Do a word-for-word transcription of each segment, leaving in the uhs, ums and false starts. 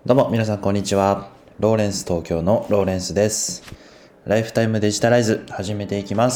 どうも皆さんこんにちは。ローレンス東京のローレンスです。ライフタイムデジタライズ始めていきます。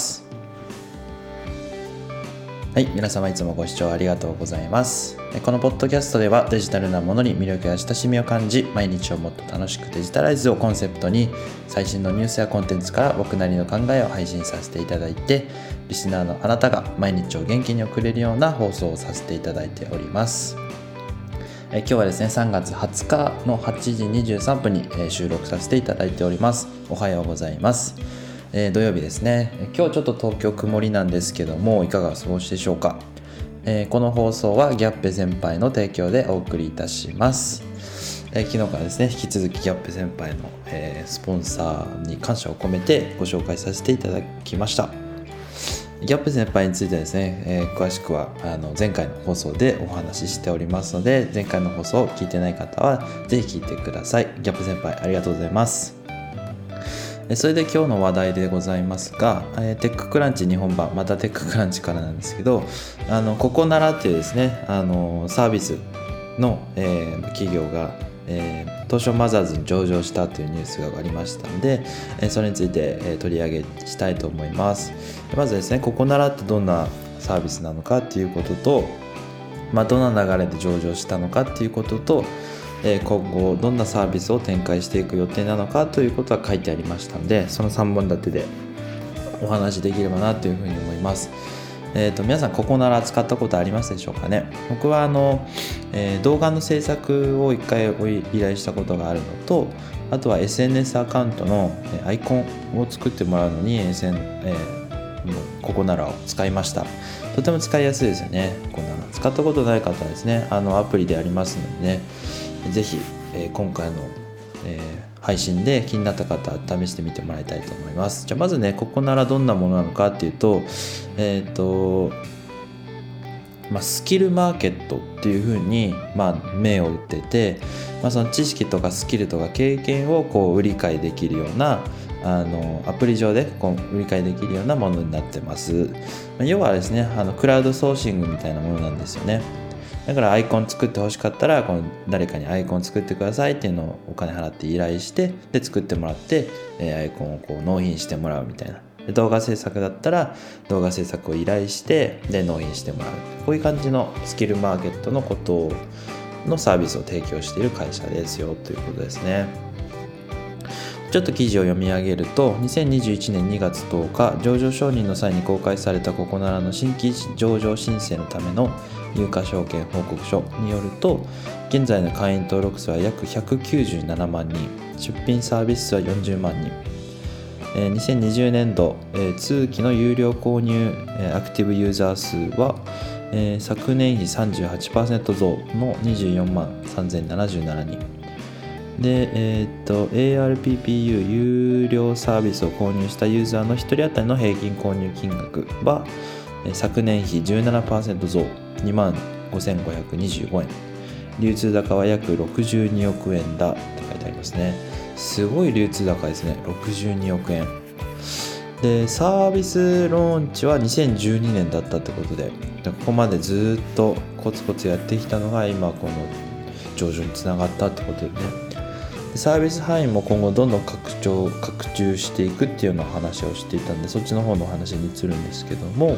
はい、皆様いつもご視聴ありがとうございます。このポッドキャストではデジタルなものに魅力や親しみを感じ、毎日をもっと楽しくデジタライズをコンセプトに、最新のニュースやコンテンツから僕なりの考えを配信させていただいて、リスナーのあなたが毎日を元気に送れるような放送をさせていただいております。え今日はですねさんがつはつかのはちじにじゅうさんぷんに、え収録させていただいております。おはようございます。えー、土曜日ですね。今日ちょっと東京曇りなんですけども、いかがお過ごしでしょうか。えー、この放送はギャッペ先輩の提供でお送りいたします。えー、昨日からですね引き続きギャッペ先輩の、えー、スポンサーに感謝を込めてご紹介させていただきました。ギャップ先輩についてはですね、えー、詳しくはあの前回の放送でお話ししておりますので、前回の放送を聞いてない方はぜひ聞いてください。ギャップ先輩ありがとうございます。それで今日の話題でございますが、えー、テッククランチ日本版、またテッククランチからなんですけど、あのココナラっていうですねあのサービスの、えー、企業がえー、東証マザーズに上場したというニュースがありましたので、えー、それについて、えー、取り上げしたいと思います。まずですね、ココナラってどんなサービスなのかっていうことと、まあ、どんな流れで上場したのかっていうことと、えー、今後どんなサービスを展開していく予定なのかということが書いてありましたので、そのさんぼん立てでお話できればなというふうに思います。えー、と皆さんココナラ使ったことありますでしょうかね。僕はあの、えー、動画の制作を一回依頼したことがあるのと、あとは エスエヌエス アカウントのアイコンを作ってもらうのに エスエヌ、えー、ココナラを使いました。とても使いやすいですよね。ココナラ使ったことない方はですね、あのアプリでありますのでね、ぜひ、えー、今回の、えー配信で気になった方は試してみてもらいたいと思います。じゃあまずね、ココナラどんなものなのかっていうと、えっと、まあ、スキルマーケットっていう風に、まあ、目を打ってて、まあ、その知識とかスキルとか経験をこう売り買いできるようなあのアプリ上でこう売り買いできるようなものになってます。要はですね、あのクラウドソーシングみたいなものなんですよね。だからアイコン作ってほしかったらこの誰かにアイコン作ってくださいっていうのをお金払って依頼して、で作ってもらって、えー、アイコンをこう納品してもらうみたいな。で動画制作だったら動画制作を依頼してで納品してもらう、こういう感じのスキルマーケットのことのサービスを提供している会社ですよということですね。ちょっと記事を読み上げると、にせんにじゅういちねんにがつとおか上場承認の際に公開されたココナラの新規上場申請のための有価証券報告書によると、現在の会員登録数は約ひゃくきゅうじゅうななまんにん、出品サービス数はよんじゅうまんにん、えー、にせんにじゅうねんど、えー、通期の有料購入、えー、アクティブユーザー数は、えー、昨年比 さんじゅうはちパーセント 増のにじゅうよんまんさんぜんななじゅうななにんで、えー、っと エーアールピーピーユー 有料サービスを購入したユーザーのひとり当たりの平均購入金額は、えー、昨年比 じゅうななパーセント 増にまんごせんごひゃくにじゅうごえん、流通高は約ろくじゅうにおくえんだって書いてありますね。すごい流通高ですね。ろくじゅうにおくえんで、サービスローンチはにせんじゅうにねんだったってことで、ここまでずっとコツコツやってきたのが今この上場につながったってことでね。サービス範囲も今後どんどん拡張拡充していくっていうような話をしていたんで、そっちの方の話に移るんですけども、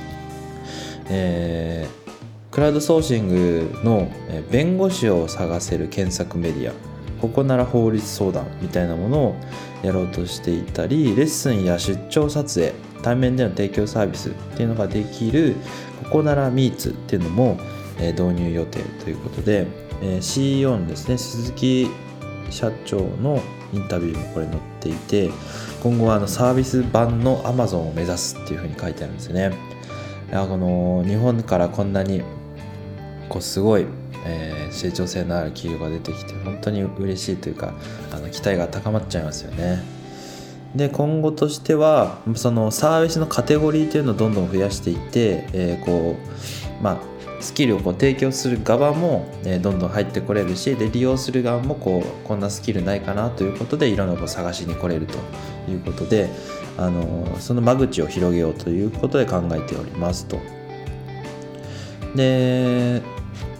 えー、クラウドソーシングの弁護士を探せる検索メディア、ココナラ法律相談みたいなものをやろうとしていたり、レッスンや出張撮影、対面での提供サービスっていうのができるココナラミーツっていうのも導入予定ということで、 シーイーオー のですね鈴木社長のインタビューもこれ載っていて、今後はあのサービス版の Amazon を目指すっていうふうに書いてあるんですよね。いや、この日本からこんなにこうすごい、えー、成長性のある企業が出てきて本当に嬉しいというか、あの期待が高まっちゃいますよね。で、今後としてはそのサービスのカテゴリーというのをどんどん増やしていって、えー、こうまあスキルをこう提供する側も、えー、どんどん入ってこれるし、で利用する側もこうこんなスキルないかなということでいろんなこう探しに来れるということで、あのー、その間口を広げようということで考えておりますと。で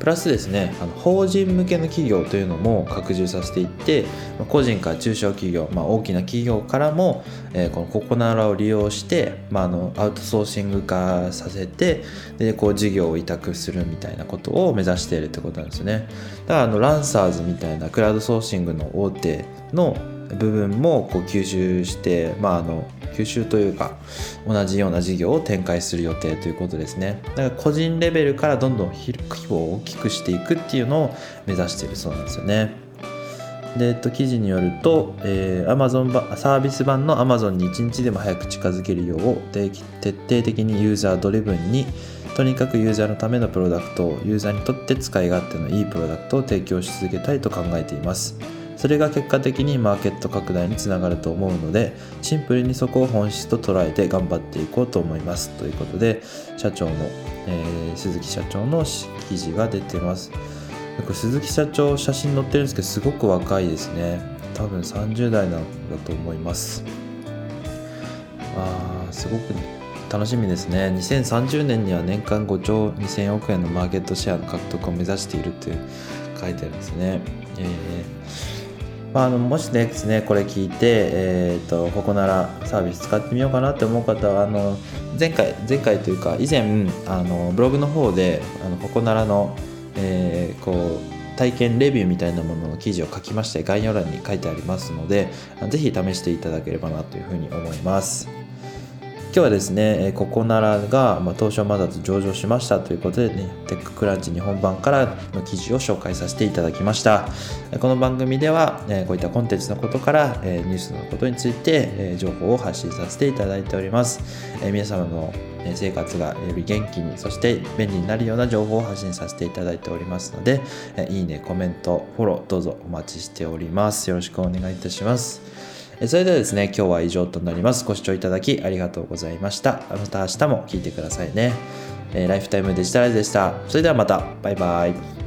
プラスですね、あの法人向けの企業というのも拡充させていって、個人から中小企業、まあ、大きな企業からも、えー、このココナラを利用して、まあ、あのアウトソーシング化させて、でこう事業を委託するみたいなことを目指しているってことなんですよね。だからあのランサーズみたいなクラウドソーシングの大手の部分もこう吸収して、まあ、あの吸収というか同じような事業を展開する予定ということですね。だから個人レベルからどんどん規模を大きくしていくっていうのを目指しているそうなんですよね。で、えっと、記事によると、えー、Amazon 版サービス版の Amazon にいちにちでも早く近づけるよう徹底的にユーザードリブンに、とにかくユーザーのためのプロダクトをユーザーにとって使い勝手のいいプロダクトを提供し続けたいと考えています。それが結果的にマーケット拡大につながると思うので、シンプルにそこを本質と捉えて頑張っていこうと思いますということで、社長の、えー、鈴木社長の記事が出てます。鈴木社長写真載ってるんですけど、すごく若いですね。多分さんじゅう代なんだと思います。あー、すごく楽しみですね。にせんさんじゅうねんには年間ごちょうにせんおくえんのマーケットシェアの獲得を目指しているという書いてあるんですね。えーまあ、あのもしですねこれ聞いて、えー、とココナラサービス使ってみようかなって思う方は、あの前回前回というか以前あのブログの方であのココナラの、えー、こう体験レビューみたいなものの記事を書きまして、概要欄に書いてありますので、ぜひ試していただければなというふうに思います。今日はですね、ココナラが、まあ、東証マザーズ上場しましたということでね、テッククランチ日本版からの記事を紹介させていただきました。この番組では、こういったコンテンツのことからニュースのことについて情報を発信させていただいております。皆様の生活がより元気に、そして便利になるような情報を発信させていただいておりますので、いいね、コメント、フォローどうぞお待ちしております。よろしくお願いいたします。それではですね、今日は以上となります。ご視聴いただきありがとうございました。また明日も聞いてくださいね。ライフタイムデジタライズでした。それではまた。バイバイ。